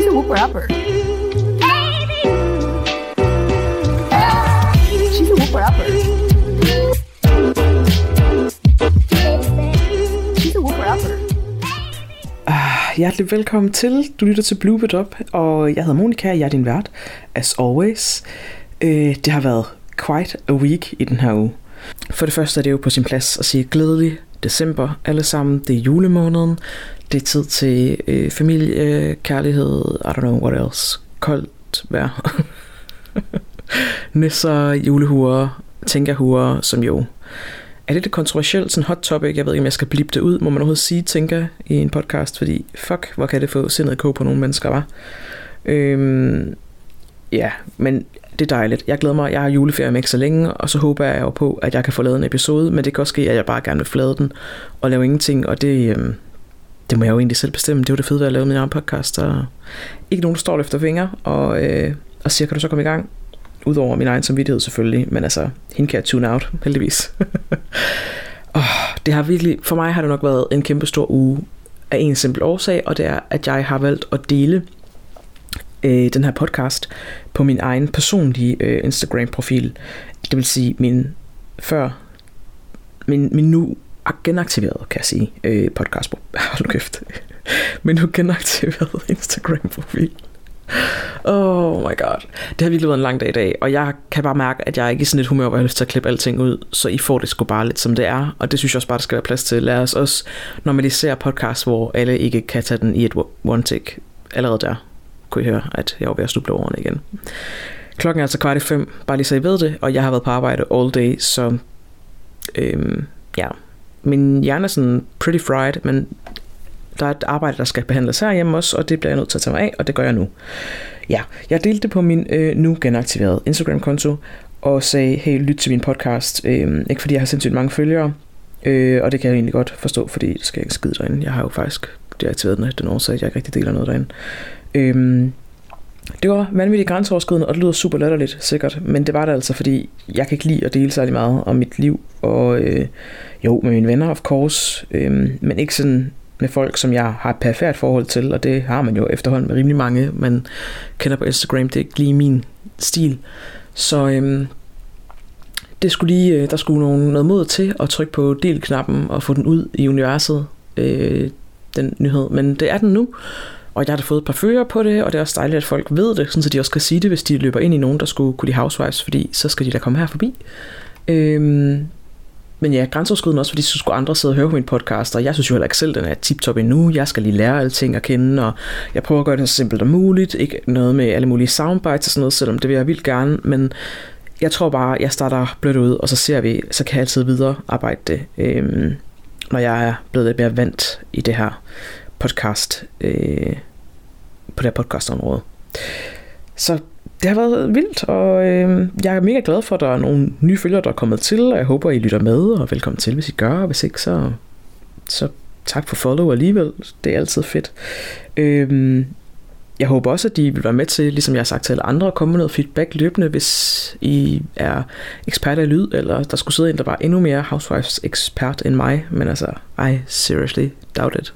a whooper upper. She's a whooper upper. She's a whooper upper. Hjertelig velkommen til. Du lytter til Bloop It Up, og jeg hedder Monika, jeg er din vært, as always. Det har været quite a week i den her uge. For det første er det jo på sin plads at sige glædelig december alle sammen. Det er julemåneden. Det er tid til familie, kærlighed, I don't know what else. Koldt vejr. Nisser, julehuer, tænkerhuer, som jo er det kontroversielt, sådan hot topic. Jeg ved ikke, om jeg skal blippe det ud. Må man overhovedet sige tænker i en podcast? Fordi fuck, hvor kan det få sindet kog på nogle mennesker, var. Ja, men det er dejligt. Jeg glæder mig. Jeg har juleferie om ikke så længe, og så håber jeg jo på, at jeg kan få lavet en episode. Men det kan også ske, at jeg bare gerne vil flade den og lave ingenting. Og det må jeg jo egentlig selv bestemme. Det er jo det fede ved at lave min egen podcast. Og ikke nogen, der står efter fingre og siger, kan du så komme i gang? Udover min egen samvittighed selvfølgelig. Men altså, hende kan jeg tune out, heldigvis. Det har virkelig, for mig har det nok været en kæmpe stor uge af en simpel årsag. Og det er, at jeg har valgt at dele den her podcast på min egen personlige Instagram-profil. Det vil sige min nu genaktiverede, kan jeg sige, podcast. Hold nu kæft. Min nu genaktiverede Instagram-profil. Oh my god. Det har virkelig været en lang dag i dag, og jeg kan bare mærke, at jeg ikke er i sådan et humør, hvor jeg har lyst til at klippe alting ud, så I får det sgu bare lidt som det er, og det synes jeg også bare, der skal være plads til. Lad os også normalisere podcast, hvor alle ikke kan tage den i et one take. Allerede der kunne I høre, at jeg var ved at snuble over den igen. Klokken er altså 4:45, bare lige så I ved det, og jeg har været på arbejde all day, så ja, min hjerne er sådan pretty fried, men der er et arbejde, der skal behandles herhjemme også, og det bliver jeg nødt til at tage mig af, og det gør jeg nu. Ja, jeg delte det på min nu genaktiverede Instagram-konto, og sagde, hey, lyt til min podcast. Ikke fordi jeg har sindssygt mange følgere, og det kan jeg egentlig godt forstå, fordi det skal jeg ikke skide derinde. Jeg har jo faktisk deaktiveret den årsag, at jeg ikke rigtig deler noget derinde. Det var vanvittigt grænseoverskridende, og det lyder super latterligt, sikkert, men det var det altså, fordi jeg kan ikke lide at dele særlig meget om mit liv, og jo, med mine venner, of course, men ikke sådan med folk, som jeg har et perfekt forhold til, og det har man jo efterhånden med rimelig mange, man kender på Instagram, det er ikke lige min stil, så det skulle lige, der skulle noget mod til at trykke på del-knappen og få den ud i universet, den nyhed, men det er den nu. Og jeg har da fået et par følger på det, og det er også dejligt, at folk ved det, sådan så de også kan sige det, hvis de løber ind i nogen, der skulle kunne lide Housewives, fordi så skal de da komme her forbi. Men ja, grænseoverskridende også, fordi så skulle andre sidde og høre på min podcast, og jeg synes jo heller ikke selv, den er tip-top endnu. Jeg skal lige lære alting at kende, og jeg prøver at gøre det så simpelt som muligt. Ikke noget med alle mulige soundbites og sådan noget, selvom det vil jeg vildt gerne, men jeg tror bare, jeg starter blødt ud, og så ser vi, så kan jeg altid videre arbejde det, når jeg er blevet lidt mere vant i det her podcast, på det her podcastområde. Så det har været vildt, og jeg er mega glad for, at der er nogle nye følgere, der er kommet til, og jeg håber, I lytter med, og velkommen til, hvis I gør, og hvis ikke, så tak for follow alligevel. Det er altid fedt. Jeg håber også, at I vil være med til, ligesom jeg har sagt til alle andre, at komme med noget feedback løbende, hvis I er eksperter i lyd, eller der skulle sidde en, der var endnu mere Housewives ekspert end mig, men altså, I seriously doubt it.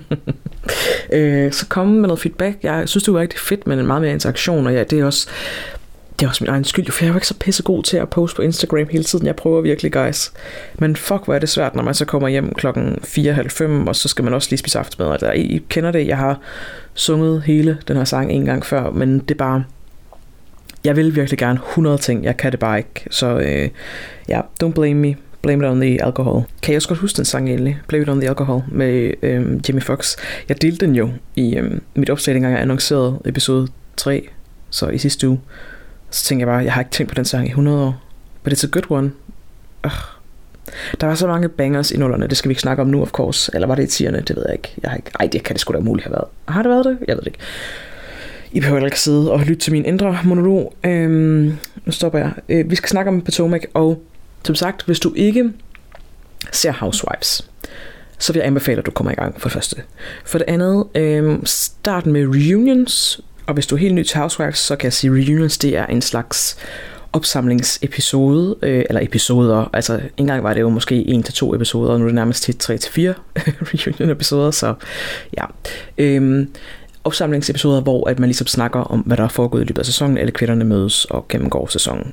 Så kom med noget feedback. Jeg synes, det var rigtig fedt, men en meget mere interaktion, og ja, det er også min egen skyld, for jeg er jo ikke så pissegod til at poste på Instagram hele tiden. Jeg prøver virkelig, guys. Men fuck, hvor er det svært, når man så kommer hjem klokken 4:30, og så skal man også lige spise aftensmad. Altså, I kender det, jeg har sunget hele den her sang en gang før, men det er bare, jeg vil virkelig gerne 100 ting, jeg kan det bare ikke. Så ja, don't blame me. Blame It On The Alcohol. Kan jeg også godt huske den sang egentlig? Blame It On The Alcohol med Jamie Foxx. Jeg delte den jo i mit opslag, dengang jeg annoncerede episode 3, så i sidste uge. Så tænkte jeg bare, jeg har ikke tænkt på den sang i 100 år. But it's a good one. Der var så mange bangers i nullerne, det skal vi ikke snakke om nu, of course. Eller var det i 10'erne? Det ved jeg ikke. Ej, det kan det sgu da umuligt have været. Har det været det? Jeg ved det ikke. I behøver ikke sidde og lytte til min indre monolog. Nu stopper jeg. Vi skal snakke om Potomac, og som sagt, hvis du ikke ser Housewives, så vil jeg anbefale, at du kommer i gang for det første. For det andet, start med reunions, og hvis du er helt ny til Housewives, så kan jeg sige, at reunions, det er en slags opsamlingsepisode, eller episoder, altså engang var det jo måske 1 til 2 episoder, og nu er det nærmest 3 til 4 reunion episoder, så ja. opsamlingsepisoder, hvor at man ligesom snakker om, hvad der er foregået i løbet af sæsonen. Alle kvinderne mødes og gennemgår sæsonen.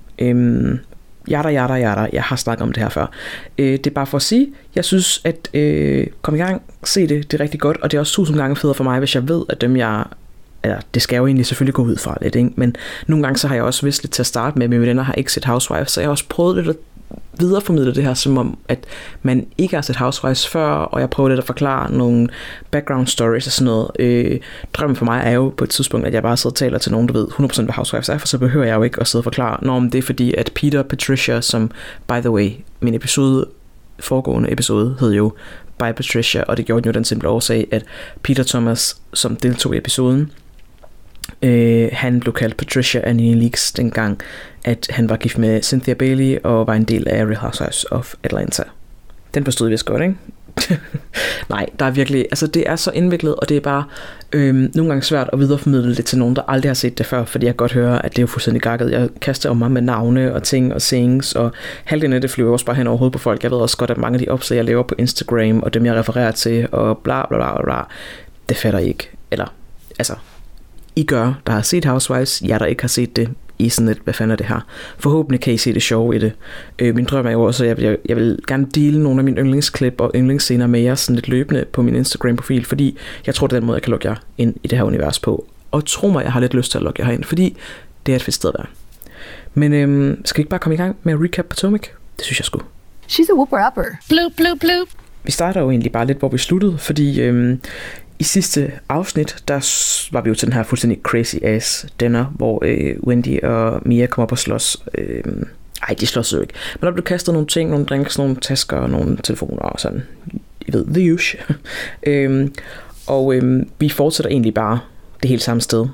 Jeg har snakket om det her før. Det er bare for at sige, jeg synes, at kom i gang, se det er rigtig godt, og det er også 1000 gange federe for mig, hvis jeg ved, at dem jeg... Ja, det skal jo egentlig selvfølgelig gå ud fra lidt, ikke? Men nogle gange så har jeg også vidst lidt til at starte med, mine venner har ikke set Housewives, så jeg har også prøvet lidt at videreformidle det her, som om, at man ikke har set Housewives før, og jeg prøver lidt at forklare nogle background stories og sådan noget. Drømmen for mig er jo på et tidspunkt, at jeg bare sidder og taler til nogen, der ved 100% hvad Housewives er, for så behøver jeg jo ikke at sidde og forklare, om det er fordi, at Peter og Patricia, som by the way, min foregående episode hed jo By Patricia, og det gjorde jo den simple årsag, at Peter Thomas, som deltog i episoden, han blev kaldt Patricia af Nene Leakes dengang, at han var gift med Cynthia Bailey og var en del af Real Housewives of Atlanta. Den forstod vi vist godt, ikke? Nej, der er virkelig, altså det er så indviklet, og det er bare nogle gange svært at videreformidle det til nogen, der aldrig har set det før, fordi jeg kan godt høre, at det er jo fuldstændig gakket. Jeg kaster om mig med navne og ting og sayings, og halvdelen af det flyver også bare hen over hovedet på folk. Jeg ved også godt, at mange af de opslag, jeg laver på Instagram, og dem jeg refererer til, og bla bla bla bla, det fatter I ikke. Eller, altså, I gør, der har set Housewives, jeg der ikke har set det, i sådan et, hvad fanden er det her? Forhåbentlig kan I se det sjove i det. Min drøm er jo også, at jeg vil gerne dele nogle af mine yndlingsklip og yndlingsscener med jer sådan lidt løbende på min Instagram-profil, fordi jeg tror, det er den måde, jeg kan lukke jer ind i det her univers på. Og tro mig, jeg har lidt lyst til at lukke jer herind, fordi det er et fedt sted at være. Men skal vi ikke bare komme i gang med at recap Potomac? Det synes jeg sgu. She's a whooper-upper. Bloop, bloop, bloop. Vi starter jo egentlig bare lidt, hvor vi sluttede, fordi i sidste afsnit, der var vi jo til den her fuldstændig crazy ass dinner, hvor Wendy og Mia kommer op og slås. Ej, de slås jo ikke. Men der blev kastet nogle ting, nogle drinks, nogle tasker og nogle telefoner og sådan. I ved, the usual. Vi fortsætter egentlig bare det helt samme sted.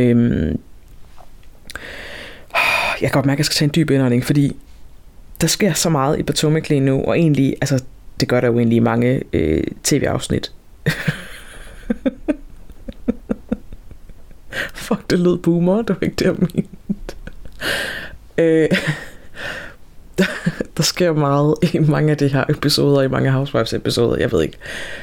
Jeg kan godt mærke, at jeg skal tage en dyb indånding, fordi der sker så meget i Potomac lige nu, og egentlig, altså, det gør der jo egentlig i mange tv-afsnit. Fuck, det lød boomer, det var ikke det, jeg mente. Der sker meget i mange af de her episoder, i mange Housewives episoder, jeg ved ikke.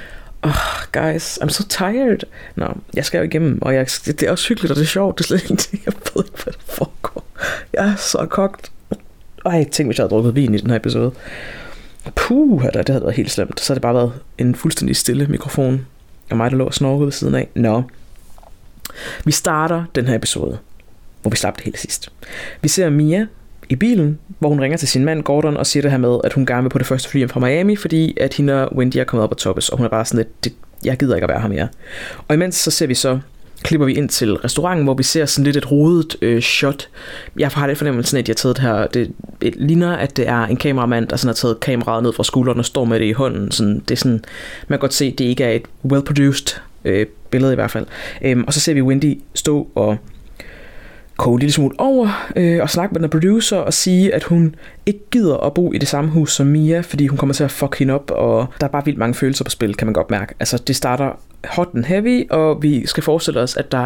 Guys, I'm so tired. Nå, jeg skal jo igennem, og det er også hyggeligt, og det er sjovt, det er slet ikke det, jeg ved ikke, hvad der foregår. Jeg er så kogt. Tænk, hvis jeg havde drukket vin i den her episode. Det havde været helt slemt. Så havde det bare været en fuldstændig stille mikrofon, og mig, der lå og snorkede ved siden af. Nå. Vi starter den her episode, hvor vi slap det helt sidst. Vi ser Mia i bilen, hvor hun ringer til sin mand Gordon og siger det her med, at hun gerne vil på det første fly hjem fra Miami, fordi at hende og Wendy er kommet op og toppes, og hun er bare sådan lidt, jeg gider ikke at være her mere. Og imens så klipper vi ind til restauranten, hvor vi ser sådan lidt et rodet shot. Jeg har lidt fornemmelsen af, at de har taget det her. Det ligner, at det er en kameramand, der sådan har taget kameraet ned fra skulderen og står med det i hånden. Sådan, det er sådan, man kan godt se, at det ikke er et well-produced billede i hvert fald. Og så ser vi Wendy stå og koge en lille smule over og snakke med den producer og sige, at hun ikke gider at bo i det samme hus som Mia, fordi hun kommer til at fuck hende op, og der er bare vildt mange følelser på spil, kan man godt mærke. Altså, det starter hot and heavy, og vi skal forestille os, at der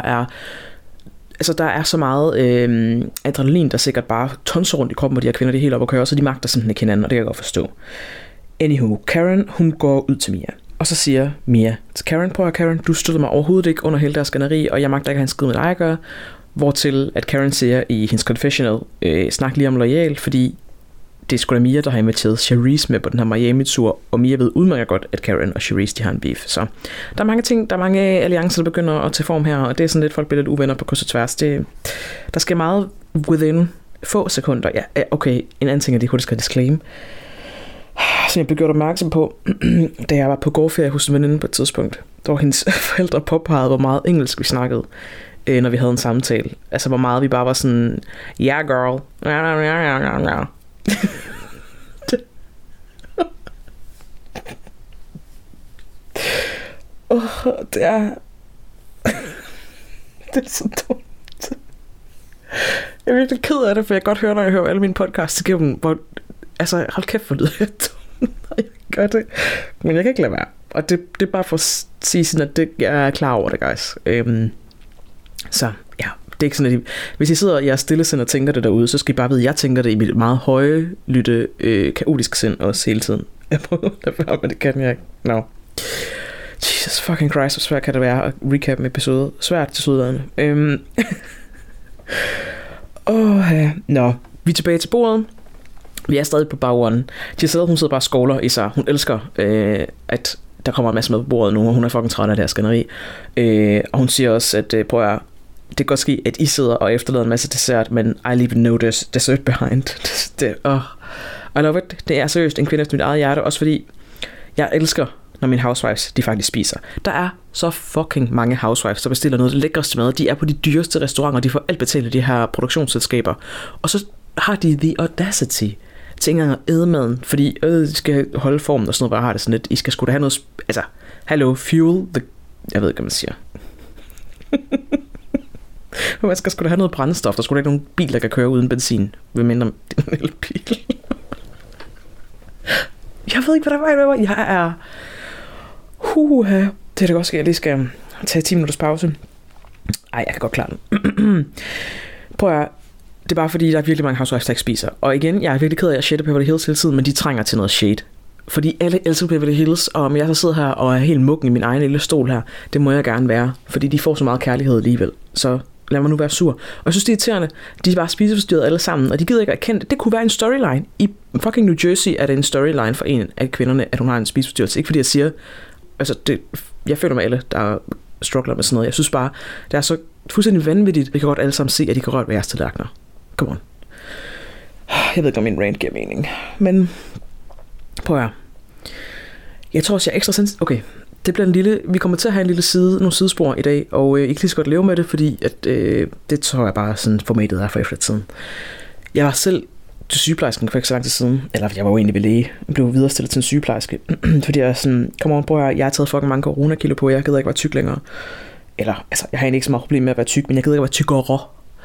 er så meget adrenalin, der sikkert bare tonser rundt i kroppen, og de her kvinder, de er helt op at køre, så de magter simpelthen ikke hinanden, og det kan jeg godt forstå. Anywho, Karen, hun går ud til Mia, og så siger Mia til Karen, prøv at Karen, du støttede mig overhovedet ikke under hele deres skænderi, og jeg magter ikke at have en skid med dig at gøre. Hvortil at Karen siger i hendes confessional, snak lige om loyal, fordi det er sgu da Mia, der har inviteret Charisse med på den her Miami-tur, og Mia ved udmærket godt, at Karen og Charisse, de har en beef. Så der er mange ting, der er mange alliancer, der begynder at tage form her, og det er sådan lidt, folk bliver lidt uvenner på kryds og tværs. Der sker meget within få sekunder. Ja, okay, en anden ting, jeg lige hurtigt skal disclaim, som jeg blev gjort opmærksom på, da jeg var på gårdferie hos en veninde på et tidspunkt, hvor hendes forældre påpegede, hvor meget engelsk vi snakkede, når vi havde en samtale. Altså, hvor meget vi bare var sådan, yeah, girl. Det er så dumt. Jeg er virkelig ked af det, for jeg kan godt høre, når jeg hører alle mine podcasts igennem, hvor, altså, hold kæft, for lyder jeg dumt, når jeg gør det. Men jeg kan ikke lade være. Og det er bare for at sige sådan, at jeg er klar over det, guys. Så ja, det er ikke sådan, at hvis I sidder og jeg er stillesind og tænker det derude, så skal I bare vide, at jeg tænker det i mit meget høje, kaotiske sind også hele tiden. Jeg prøver at lade være, men det kan jeg ikke. No. Jesus fucking Christ, hvor svært kan det være at recap en episode. Svært til sydværende. Nå, vi er tilbage til bordet. Vi er stadig på bar one. Giselle, hun sidder bare og skåler i sig. Hun elsker, at der kommer en masse med på bordet nu, og hun er fucking træt af det her skænderi. Og hun siger også, at det kan godt ske, at I sidder og efterlader en masse dessert, men I leave no dessert behind. I love it. Det er seriøst en kvinde efter mit eget hjerte, også fordi jeg elsker, når mine housewives, de faktisk spiser. Der er så fucking mange housewives, der bestiller noget af det lækreste mad. De er på de dyreste restauranter, de får alt betalt af de her produktionsselskaber. Og så har de the audacity til ikke engang at æde maden, fordi de skal holde formen og sådan noget, bare har det sådan lidt. I skal sgu da have noget, altså, hello, fuel the, jeg ved ikke, hvad man siger. Man skal sgu da have noget brændstof. Der skulle da ikke nogen bil, der kan køre uden benzin, ved mindre det er en elbil. Jeg ved ikke, hvad der var. Jeg er... Det er da godt ske, at jeg lige skal tage 10 minutters pause. Ej, jeg kan godt klare den. Prøv at... Det er bare fordi, der er virkelig mange housewives, der ikke spiser. Og igen, jeg er virkelig ked af, at jeg shader Beverly Hills hele tiden, men de trænger til noget shade. Fordi alle elsker Beverly Hills, og om jeg så sidder her og er helt muggen i min egen lille stol her, det må jeg gerne være. Fordi de får så meget kærlighed alligevel. Så lad mig nu være sur. Og jeg synes, det er irriterende. De er bare spiseforstyrret alle sammen, og de gider ikke at erkende det. Det kunne være en storyline. I fucking New Jersey er det en storyline for en af kvinderne, at hun har en spiseforstyrrelse. Ikke fordi jeg siger... Altså, jeg føler med alle, der struggler med sådan noget. Jeg synes bare, det er så fuldstændig vanvittigt. Vi kan godt alle sammen se, at de kan røre værste tallerkener. Come on. Jeg ved ikke, om min rant giver mening. Men prøv at... Jeg tror også, jeg er ekstra sensitiv. Okay, det bliver en lille... Vi kommer til at have en lille nogle sidespor i dag, og I kan lige så godt leve med det, fordi at, det tror jeg bare sådan formatet er for eftertiden. Jeg var selv til sygeplejersken for ikke så lang tid siden, eller jeg var jo egentlig ved læge, jeg blev viderestillet til en sygeplejerske, fordi jeg er sådan, kom on, prøv at jeg har taget fucking mange coronakilo på, jeg gider ikke være tyk længere. Eller, altså, jeg har egentlig ikke så meget problem med at være tyk, men jeg gider ikke være tykkere.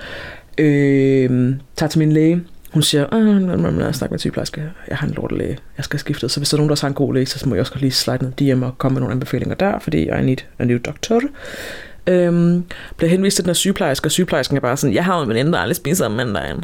Tager til min læge. Hun siger, lad os snakke med sygeplejerske. Jeg har en lortelæge. Jeg skal skifte. Så hvis der er nogen, der har en god læge, så må jeg også lige slide ned DM og komme med nogle anbefalinger der, fordi I need a new doctor. Bliver henvist til den her sygeplejerske, og sygeplejersken er bare sådan, jeg har jo en veninde, der aldrig spiser om mandagen.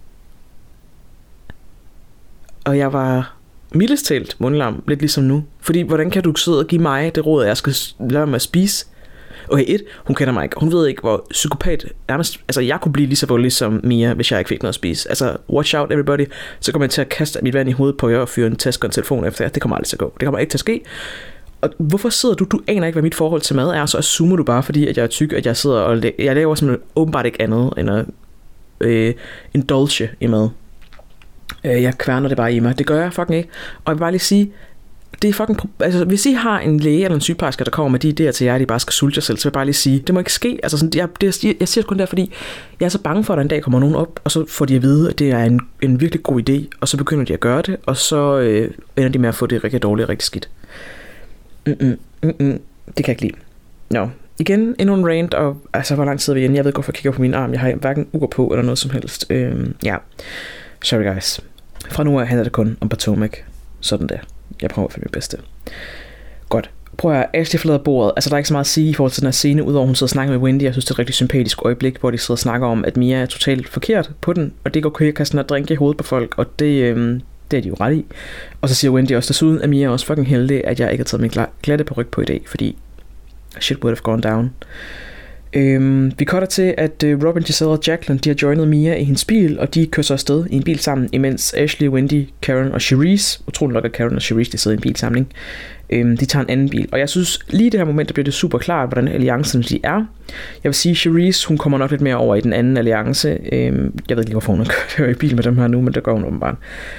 Og jeg var mildest talt mundlam, lidt ligesom nu. Fordi, hvordan kan du sidde og give mig det råd, at jeg skal lade mig at spise? Okay, hun kender mig ikke. Hun ved ikke, hvor psykopat nærmest... Altså, jeg kunne blive lige så voldelig som Mia, hvis jeg ikke fik noget at spise. Altså, watch out everybody. Så kommer jeg til at kaste mit vand i hovedet på jer og fyre en taske og en telefon efter jer. Det kommer aldrig til at gå. Det kommer ikke til at ske. Og hvorfor sidder du? Du aner ikke, hvad mit forhold til mad er, så assumer du bare, fordi at jeg er tyk, at jeg sidder og... Jeg laver simpelthen åbenbart ikke andet end at indulge i mad. Jeg kværner det bare i mig. Det gør jeg fucking ikke. Og jeg vil bare lige sige... Det er fucking... Altså, hvis I har en læge eller en sygeplejerske, der kommer med de idéer til jer, at I bare skal sulte jer selv, så vil jeg bare lige sige, det må ikke ske. Altså, sådan, jeg siger kun der, fordi jeg er så bange for, at der en dag kommer nogen op, og så får de at vide, at det er en virkelig god idé, og så begynder de at gøre det, og så ender de med at få det rigtig dårligt og rigtig skidt. Det kan jeg ikke lide. Nå. Igen, endnu en rant, og altså, hvor lang tid er vi igen? Jeg ved godt, for jeg kigger på min arm. Jeg har hverken ur på, eller noget som helst. Ja. Sorry guys. Fra nu af handler det kun om Potomac. Sådan der. Jeg prøver at finde mit bedste. Godt. Prøv at Ashley forlader bordet. Altså, der er ikke så meget at sige i forhold til den her scene, udover hun sidder og snakker med Wendy. Jeg synes, det er et rigtig sympatisk øjeblik, hvor de sidder og snakker om, at Mia er totalt forkert på den, og det går kø at kaste en drink i hovedet på folk, og det er de jo ret i. Og så siger Wendy også desuden, at Mia er også fucking heldig, at jeg ikke har taget min glatte paryk på i dag, fordi shit would have gone down. Vi cutter til, at Robin, Giselle og Jacqueline, de har joinet Mia i hendes bil, og de kører så afsted i en bil sammen, imens Ashley, Wendy, Karen og Charisse, utroligt nok at Karen og Charisse, de sidder i en bilsamling, de tager en anden bil. Og jeg synes, lige i det her moment, der bliver det super klart, hvordan alliancen de er. Jeg vil sige, Charisse, hun kommer nok lidt mere over i den anden alliance. Jeg ved ikke lige, hvorfor hun kører i bil med dem her nu, men det gør hun åbenbart.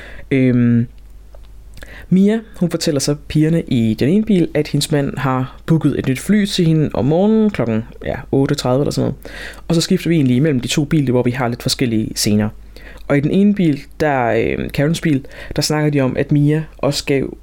Mia, hun fortæller så pigerne i den ene bil, at hendes mand har booket et nyt fly til hende om morgenen klokken 8:30 eller sådan noget. Og så skifter vi egentlig imellem de to biler, hvor vi har lidt forskellige scener. Og i den ene bil, Karens bil, der snakker de om, at Mia også gav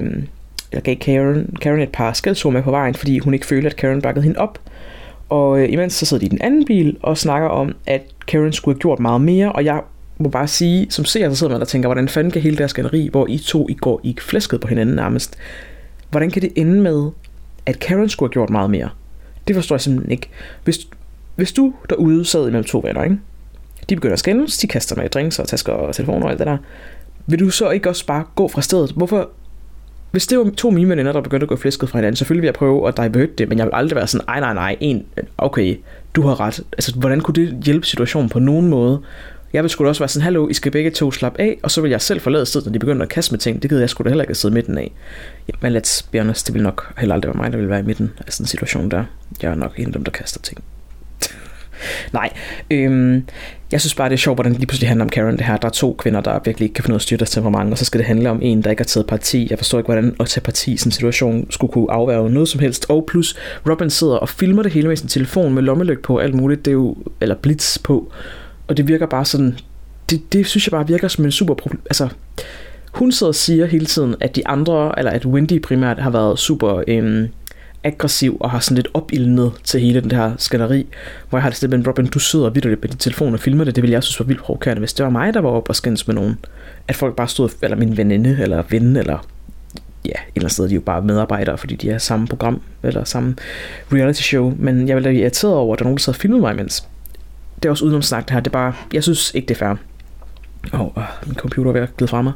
Karen et par skældsord med på vejen, fordi hun ikke følte, at Karen bakkede hende op. Og imens så sidder de i den anden bil og snakker om, at Karen skulle have gjort meget mere, og jeg må bare sige, som seer, så sidder man og tænker, hvordan fanden kan hele deres skænderi, hvor I to i går I flæskede på hinanden nærmest, hvordan kan det ende med, at Karen skulle have gjort meget mere? Det forstår jeg simpelthen ikke. Hvis du derude sad imellem to venner, ikke? De begynder at skændes, de kaster med drinks og tasker og telefoner og alt det der. Vil du så ikke også bare gå fra stedet? Hvorfor? hvis det var 2 mine veninder, der begyndte at gå flæsket fra hinanden, selvfølgelig vil jeg prøve at divert det, men jeg vil aldrig være sådan, nej, okay, du har ret. Altså, hvordan kunne det hjælpe situationen på nogen måde? Jeg vil sgu da også være sådan, hallo, I skal begge to slappe af, og så vil jeg selv forlade stedet, når de begynder at kaste med ting. Det gider jeg sgu da heller ikke at sidde midten af. Ja, men let's be honest, det vil nok heller aldrig være mig, der vil være i midten af sådan en situation der. Jeg er nok en af dem, der kaster ting. Nej, jeg synes bare, det er sjovt, hvordan det lige pludselig handler om Karen, det her. Der er 2 kvinder, der virkelig ikke kan finde noget at styre deres temperament, og så skal det handle om en, der ikke har taget parti. Jeg forstår ikke, hvordan at tage parti i sådan en situation skulle kunne afværge noget som helst. Og plus, Robin sidder og filmer det hele med sin telefon med lommelygt på, alt muligt, det er jo, eller blitz på. Og det virker bare sådan, det synes jeg bare virker som en super problem. Altså, hun sidder og siger hele tiden, at de andre, eller at Wendy primært har været super aggressiv og har sådan lidt opildnet til hele den her skænderi, hvor jeg har det sådan, Robin, du sidder vitterligt med din telefon og filmer det, det ville jeg synes var vildt provokerende, hvis det var mig, der var oppe og skændes med nogen, at folk bare stod, eller min veninde, eller ven, eller ja, et eller andet sted, de er jo bare medarbejdere, fordi de er samme program, eller samme reality show, men jeg ville da blive irriteret over, at der er nogen, der sad og filmede mig imens. Det er også udenom snak det her, det er bare, jeg synes ikke, det er fair. Min computer er ved at glide fra mig.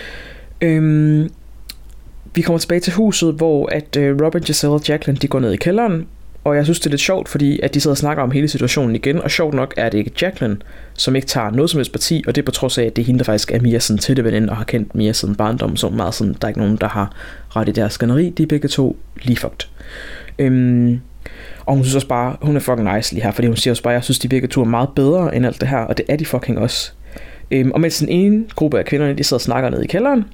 Vi kommer tilbage til huset, hvor at Robin, Giselle og Jacqueline, de går ned i kælderen, og jeg synes, det er lidt sjovt, fordi at de sidder og snakker om hele situationen igen, og sjovt nok er det ikke Jacqueline, som ikke tager noget som helst parti, og det er på trods af, at det er hende, der faktisk er Mia sådan tætte veninde, og har kendt Mia siden barndom, så meget sådan, der er ikke nogen, der har ret i deres skænderi, de er begge to lige fucked. Og hun synes også bare, hun er fucking nice lige her, fordi hun siger også bare, jeg synes, de begge to er meget bedre end alt det her, og det er de fucking også. Og mens den ene gruppe af kvinderne, de sidder og snakker ned i kælderen,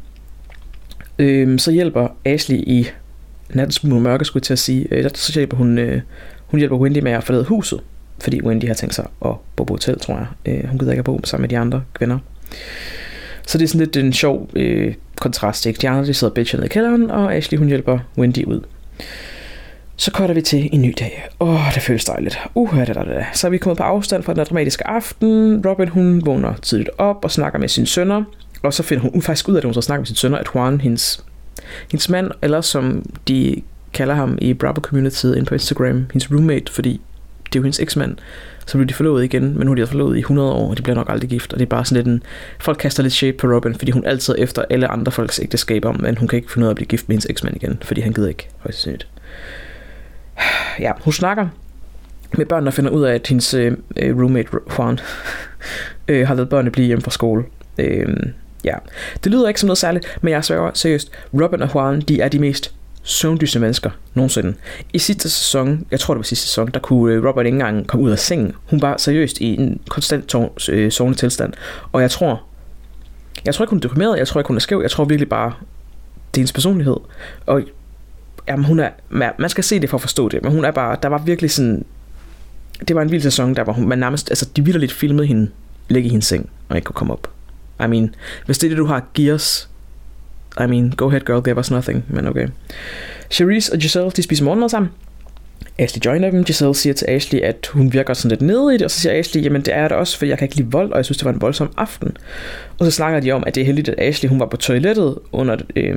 så hjælper Ashley i nattens mørke, skulle jeg til at sige, så hjælper hun hjælper Wendy med at forlade huset, fordi Wendy har tænkt sig at bo på hotel, tror jeg. Hun gider ikke at bo sammen med de andre kvinder. Så det er sådan lidt en sjov kontrast, ikke? De andre, de sidder bitcher ned i kælderen, og Ashley, hun hjælper Wendy ud. Så cutter vi til en ny dag. Det føles dejligt. Så er vi kommet på afstand fra den dramatiske aften. Robin, hun vågner tidligt op og snakker med sine sønner. Og så finder hun faktisk ud af, at hun så snakker med sine sønner, at Juan, hendes mand, eller som de kalder ham i Bravo-communityet inde på Instagram, hendes roommate, fordi det er jo hendes eksmand, så blev de forlovet igen, men nu er de forlovet i 100 år, og de bliver nok aldrig gift, og det er bare sådan lidt folk kaster lidt shade på Robin, fordi hun altid efter alle andre folks ægteskaber, men hun kan ikke finde ud af at blive gift med hendes eksmand igen, fordi han gider ikke, højst sandsynligt. Ja, hun snakker med børnene og finder ud af, at hendes roommate Juan har ladet børnene blive hjemme fra skole. Ja, det lyder ikke som noget særligt, men jeg sværger seriøst, Robin og Juan, de er de mest søvndyse mennesker nogensinde. I sidste sæson, jeg tror det var sidste sæson, der kunne Robin ikke engang komme ud af sengen. Hun var seriøst i en konstant sovende tilstand, og jeg tror ikke hun er deprimeret, jeg tror ikke hun er skæv, jeg tror virkelig bare, det er hendes personlighed. Og jamen, hun er, man skal se det for at forstå det, men hun er bare, der var virkelig sådan, det var en vild sæson, der var man nærmest, altså de vitterligt filmede hende, ligge i hendes seng, og ikke kunne komme op. I mean, hvis det er det, du har, gears, I mean, go ahead girl, give us nothing, men okay. Charisse og Giselle, de spiser morgenmad sammen. Ashley joiner dem. Giselle siger til Ashley, at hun virker sådan lidt nede i det, og så siger Ashley, jamen det er det også, for jeg kan ikke lide vold, og jeg synes, det var en voldsom aften. Og så snakker de om, at det er heldigt, at Ashley, hun var på toilettet under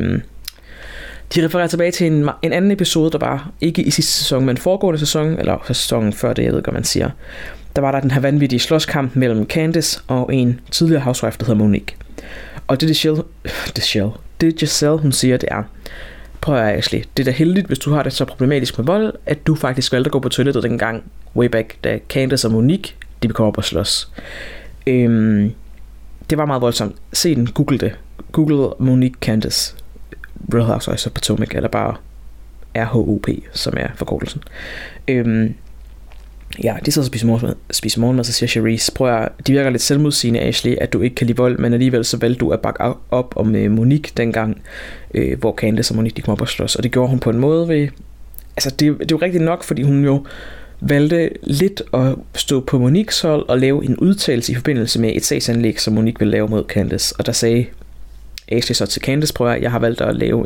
de refererer tilbage til en anden episode, der var ikke i sidste sæson, men foregående sæson, eller sæsonen før det, jeg ved ikke, hvad man siger. Der var der den her vanvittige slåskamp mellem Candice og en tidligere housewife, der hedder Monique. Og det Giselle, hun siger, det er, prøv at Ashley, det er da heldigt, hvis du har det så problematisk med vold, at du faktisk valgte at gå på toilettet dengang, way back, da Candice og Monique, de kom op og slås. Det var meget voldsomt. Se den, google det. Google Monique Candice, Real Housewives of Potomac, eller bare RHOP, som er forkortelsen. Ja, de sidder og spiser morgenmad, så siger Charisse, prøv at, de virker lidt selvmodsigende, Ashley, at du ikke kan lide vold, men alligevel så valgte du at bakke op om Monique dengang, hvor Candice og Monique, de kom op og slås, og det gjorde hun på en måde ved, altså det er jo rigtigt nok, fordi hun jo valgte lidt at stå på Moniques hold og lave en udtalelse i forbindelse med et sagsanlæg, som Monique ville lave mod Candice, og der sagde Ashley så til Candice, prøv at, jeg har valgt at lave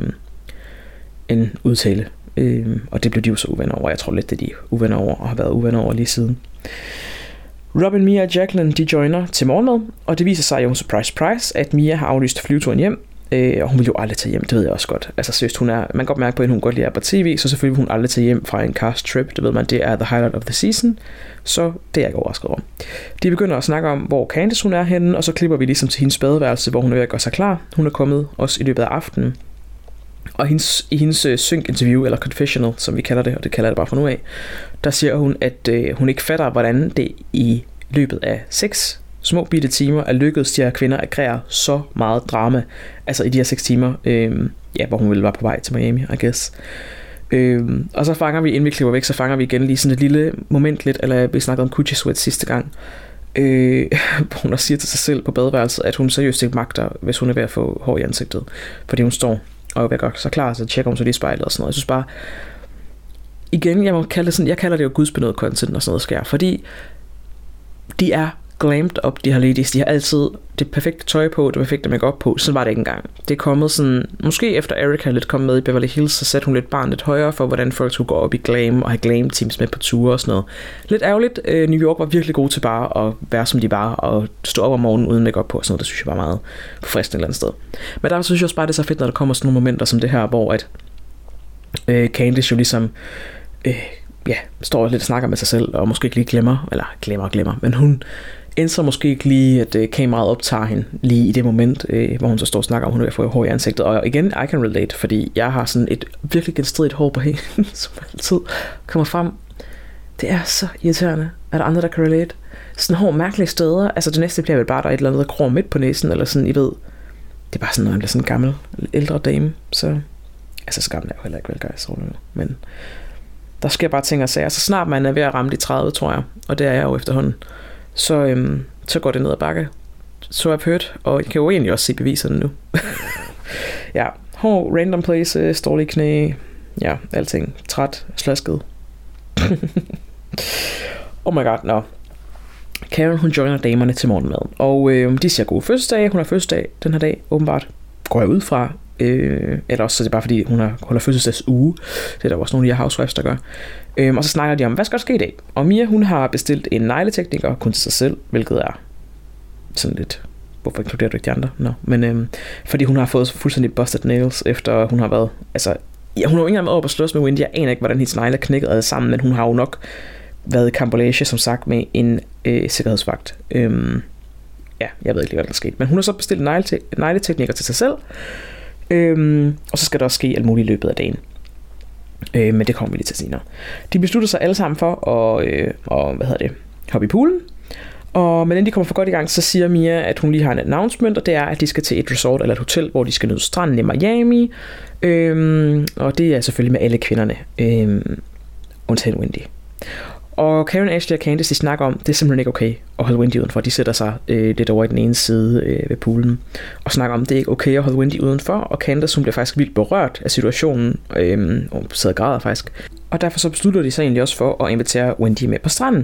en udtale. Og det blev de jo så uvenner over. Jeg tror lidt, det er de uvenner over, og har været uvenner over lige siden. Robin, Mia og Jacqueline, de joiner til morgenmad, og det viser sig jo, surprise, at Mia har aflyst flyveturen hjem, og hun vil jo aldrig tage hjem, det ved jeg også godt. Altså seriøst, man kan godt mærke på, at hun godt lide at på tv, så selvfølgelig vil hun aldrig tage hjem fra en cast trip, det ved man, det er the highlight of the season, så det er jeg ikke overrasket over. De begynder at snakke om, hvor Candice hun er henne, og så klipper vi ligesom til hendes badeværelse, hvor hun er ved at gøre sig klar. Hun er kommet også i løbet af aftenen. Og i hendes sync-interview, eller confessional, som vi kalder det, og det kalder jeg det bare fra nu af, der siger hun, at hun ikke fatter, hvordan det i løbet af 6 små bitte timer er lykkedes de her kvinder at kreere så meget drama, altså i de her 6 timer, hvor hun ville være på vej til Miami, I guess. Og så fanger vi, inden vi klipper væk, så fanger vi igen lige sådan et lille moment lidt, eller vi snakkede om Coochie Sweat sidste gang, hvor hun siger til sig selv på badeværelset, at hun seriøst ikke magter, hvis hun er ved at få hår i ansigtet, fordi hun står og er ved at gøre sig klar, så tjekker hun så lige spejlet og sådan noget. Jeg synes bare, igen, jeg kalder det jo gudsbenået content og sådan noget sker, fordi de er glammed op, de her ladies. De har altid det perfekte tøj på, det perfekte makeup på. Sådan var det ikke engang. Det er kommet sådan, måske efter Erika lidt kom med i Beverly Hills, så satte hun lidt barn lidt højere for, hvordan folk skulle gå op i glam og have glam teams med på ture og sådan noget. Lidt ærgerligt. New York var virkelig god til bare at være som de var og stå op om morgenen uden makeup på og sådan noget. Det synes jeg var meget forfriskende et eller andet sted. Men der synes jeg også bare, det er så fedt, når der kommer sådan nogle momenter som det her, hvor at Candice jo ligesom står lidt og snakker med sig selv og måske ikke lige glemmer, men hun indser måske ikke lige, at kameraet optager hende lige i det moment, hvor hun så står og snakker om, hun vil få hår i ansigtet. Og igen, I can relate, fordi jeg har sådan et virkelig genstridigt hår på hende, som altid kommer frem. Det er så irriterende. Er der andre, der kan relate? Sådan hår mærkelige steder. Altså det næste bliver vel bare, der er et eller andet, der gror midt på næsen, eller sådan, I ved. Det er bare sådan, når man bliver sådan en gammel, ældre dame, så... Altså så gammel er jeg jo heller ikke vel, guys, men... Der sker bare ting og sager. Så snart man er ved at ramme de 30, tror jeg, og det er jeg jo efterhånden, så går det ned ad bakke. Så I've heard, og jeg kan jo egentlig også se beviserne nu. Ja, hår, random places, dårlige knæ, ja, alting. Træt, slasket. Oh my god, no. Karen, hun joiner damerne til morgenmad, og de siger god fødselsdag. Hun har fødselsdag den her dag, åbenbart. Går jeg ud fra. Eller også så det er bare fordi hun holder fødselsdagsuge. Det er der også nogle af de her housewives der gør. Og så snakker de om, hvad skal der ske i dag? Og Mia, hun har bestilt en negletekniker kun til sig selv, hvilket er sådan lidt, hvorfor inkluderer du ikke de andre? No. Men fordi hun har fået fuldstændig busted nails, efter hun har været, altså hun har jo ikke engang over på slås med Wendy. Jeg aner ikke, hvordan hendes negle er knækket ad sammen, men hun har jo nok været i karambolage, som sagt, med en sikkerhedsvagt. Ja, jeg ved ikke lige, hvad der er sket. Men hun har så bestilt en negletekniker til sig selv. Og så skal der også ske alt muligt i løbet af dagen. Men det kommer vi lige til senere. De beslutter sig alle sammen for at hoppe i poolen. Og men de kommer for godt i gang, så siger Mia, at hun lige har en announcement, og det er, at de skal til et resort eller et hotel, hvor de skal nyde stranden i Miami. Og det er selvfølgelig med alle kvinderne, undtagen Wendy. Og Karen, Ashley og Candice, de snakker om, det er simpelthen ikke okay at holde Wendy udenfor. De sætter sig lidt over i den ene side ved poolen og snakker om, det er ikke okay at holde Wendy udenfor. Og Candice, hun bliver faktisk vildt berørt af situationen, og sidder og græder faktisk. Og derfor så beslutter de sig egentlig også for at invitere Wendy med på stranden.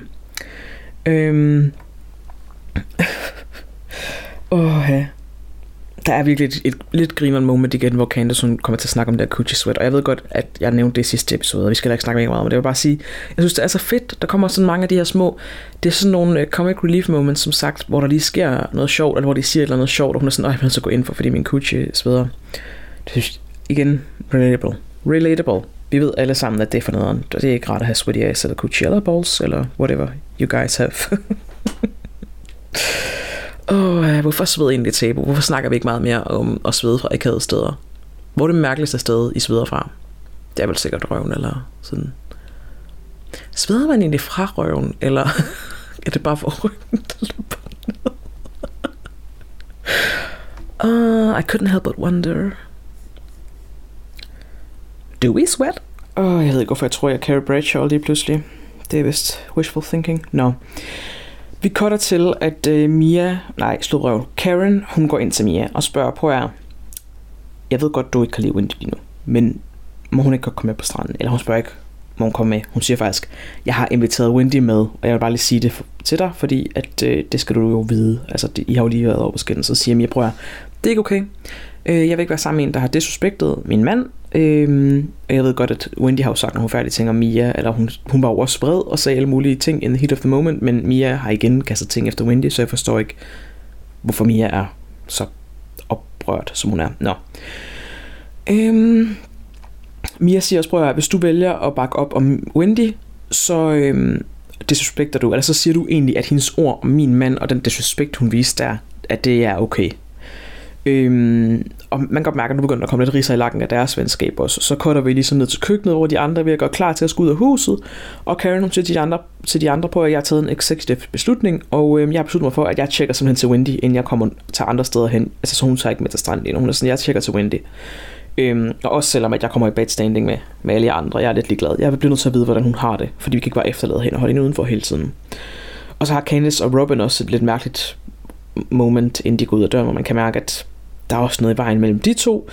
Der er virkelig et lidt grineren moment igen, hvor Candice hun kommer til at snakke om det der Coochie Sweat. Og jeg ved godt, at jeg nævnte det i sidste episode, og vi skal ikke snakke mere om det. Jeg vil bare sige, jeg synes, det er så fedt. Der kommer sådan mange af de her små, det er sådan nogle comic relief moments, som sagt, hvor der lige sker noget sjovt, eller hvor de siger et eller andet sjovt, og hun er sådan, jeg vil så gå ind for, fordi min Coochie sveder. Det synes igen, relatable. Vi ved alle sammen, at det er for noget. Det er ikke rart at have sweaty ass, eller Coochie, eller balls, eller whatever you guys have. Hvorfor sveder egentlig tabu? Hvorfor snakker vi ikke meget mere om at svede fra akavede steder? Hvor er det mærkeligste sted, I sveder fra? Det er vel sikkert røven, eller sådan. Sveder man egentlig fra røven, eller er det bare for røven, der løber ned? I couldn't help but wonder. Do we sweat? Jeg ved ikke, hvorfor jeg tror, jeg er Carrie Bradshaw lige pludselig. Det er vist wishful thinking. No. Vi cutter til, at Karen, hun går ind til Mia og spørger på jer, jeg ved godt, du ikke kan lide Wendy lige nu, men må hun ikke godt komme med på stranden? Eller hun spørger ikke, må hun komme med? Hun siger faktisk, jeg har inviteret Wendy med, og jeg vil bare lige sige det til dig, fordi at, det skal du jo vide. Altså, I har jo lige været over på skinnen, så siger Mia, prøv at det er ikke okay. Jeg vil ikke være sammen med en, der har disrespektet min mand. Jeg ved godt, at Wendy har jo sagt nogle færdige ting om Mia, eller hun var jo også vred og sagde alle mulige ting in the heat of the moment, men Mia har igen kastet ting efter Wendy, så jeg forstår ikke, hvorfor Mia er så oprørt, som hun er. Nå. Mia siger også, prøv at hvis du vælger at bakke op om Wendy, så disrespekter du, eller så siger du egentlig, at hendes ord om min mand og den disrespekt, hun viste der, at det er okay. Og man kan godt mærke, at nu begynder der at komme lidt ridser i lakken af deres venskab også. Så cutter vi ligesom ned til køkkenet, hvor de andre er ved at gøre klar til at skulle ud af huset. Og Karen hun siger til de andre på, at jeg har taget en executive beslutning, og jeg har besluttet mig for, at jeg tjekker simpelthen til Wendy, inden jeg kommer til andre steder hen. Altså så hun tager ikke med til stranden endnu. Hun er sådan, jeg tjekker til Wendy. Og også selvom at jeg kommer i bad standing med alle andre, jeg er lidt ligeglad. Jeg vil blive nødt til at vide, hvordan hun har det, fordi vi kan ikke bare efterlade hende og holde hende udenfor hele tiden. Og så har Candice og Robin også et lidt mærkeligt moment, inden de går ud af døren, hvor man kan mærke, at der er også noget i vejen mellem de to.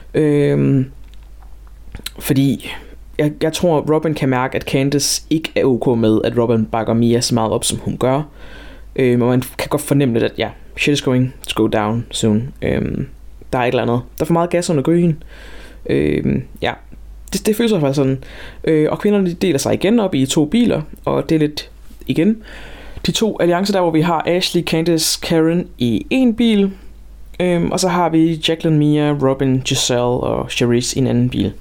Fordi jeg tror, Robin kan mærke, at Candice ikke er okay med, at Robin bakker Mia så meget op, som hun gør. Og man kan godt fornemme lidt, at ja, shit is going to go down soon. Der er et eller andet. Der er for meget gas under gryden. Ja, det føles i hvert fald sådan. Og kvinderne de deler sig igen op i 2 biler, og det er lidt igen de 2 alliancer der, hvor vi har Ashley, Candice, Karen i en bil, og så har vi Jacqueline, Mia, Robin, Giselle og Charisse i en anden bil.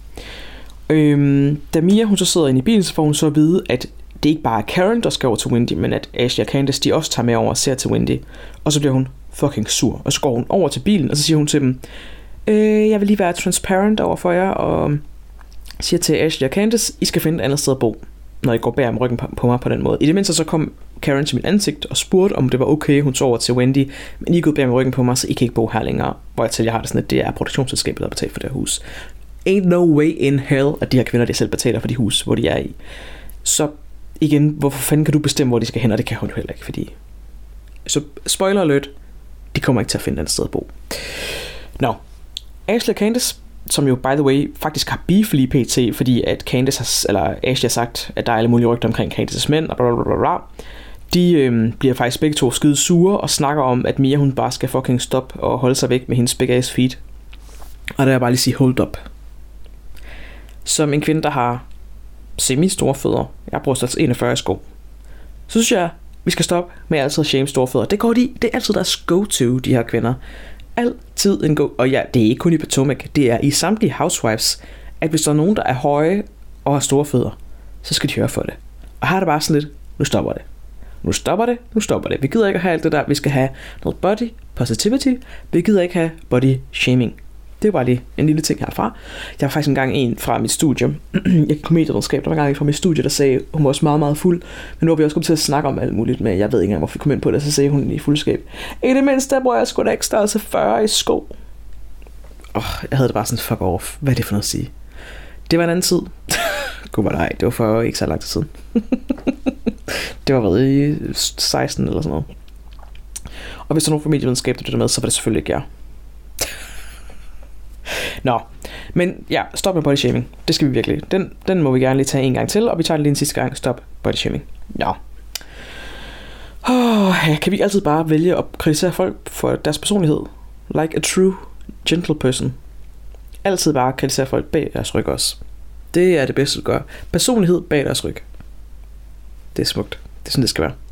Da Mia hun så sidder inde i bilen, så får hun så at vide, at det ikke bare er Karen, der skal over til Wendy, men at Ashley og Candice de også tager med over og ser til Wendy. Og så bliver hun fucking sur, og så går hun over til bilen, og så siger hun til dem, jeg vil lige være transparent over for jer, og siger til Ashley og Candice, I skal finde et andet sted at bo, når I går bag om ryggen på mig på den måde. I det mindste så kom Karen til mit ansigt og spurgte, om det var okay, hun tog over til Wendy, men I er gået bag om ryggen på mig, så I kan ikke bo her længere. Hvor jeg har det sådan, at det er produktionsselskabet, der har betalt for det her hus. Ain't no way in hell, at de her kvinder, de selv betaler for de hus, hvor de er i. Så igen, hvorfor fanden kan du bestemme, hvor de skal hen, og det kan hun jo heller ikke, fordi... Så spoiler alert, de kommer ikke til at finde et andet sted at bo. Nå, Ashley og Candice, som jo by the way faktisk har beef lige pt, fordi at Ashley har sagt, at der er alle mulige rygter omkring Candices mænd, og blablabla. De bliver faktisk begge to skide sure og snakker om, at Mia hun bare skal fucking stoppe og holde sig væk med hendes big ass feet. Og der er bare lige sige hold up. Som en kvinde, der har semi-store fødder, jeg bruger størrelse 41 sko, så synes jeg, vi skal stoppe med altid at shame store fødder. Det er altid deres go-to, de her kvinder. Altid en go. Og ja, det er ikke kun i Potomac, det er i samtlige housewives, at hvis der er nogen, der er høje og har store fødder, så skal de høre for det. Og her er det bare sådan lidt, nu stopper det. Nu stopper det. Vi gider ikke have alt det der. Vi skal have noget body positivity. Vi gider ikke have body shaming. Det er bare lige en lille ting herfra. Jeg var faktisk engang en fra mit studie. Jeg kom i medievidenskab. Der var engang en fra mit studie, der sagde, hun var også meget, meget fuld. Men nu har vi også kommet til at snakke om alt muligt med. Jeg ved ikke engang, hvorfor vi kom ind på det. Så sagde hun i fuldskab. I det mindste, der bruger jeg sgu da ikke størrelse 40 i sko. Jeg havde det bare sådan, fuck off. Hvad er det for noget at sige? Det var en anden tid. Gud var det var for ikke så lang tid siden. Det var været i 16 eller sådan noget. Og hvis der er nogen fra medievidenskab, der bliver med, så var det selvfølgelig ikke jeg. Nå, men ja, stop med body shaming. Det skal vi virkelig. Den må vi gerne lige tage en gang til, og vi tager den lige en sidste gang. Stop body shaming. Ja. Kan vi altid bare vælge at kritisere folk for deres personlighed? Like a true gentle person. Altid bare kritisere folk bag deres ryg også. Det er det bedste at gøre. Personlighed bag deres ryg. Det er smukt. Det er sådan, det skal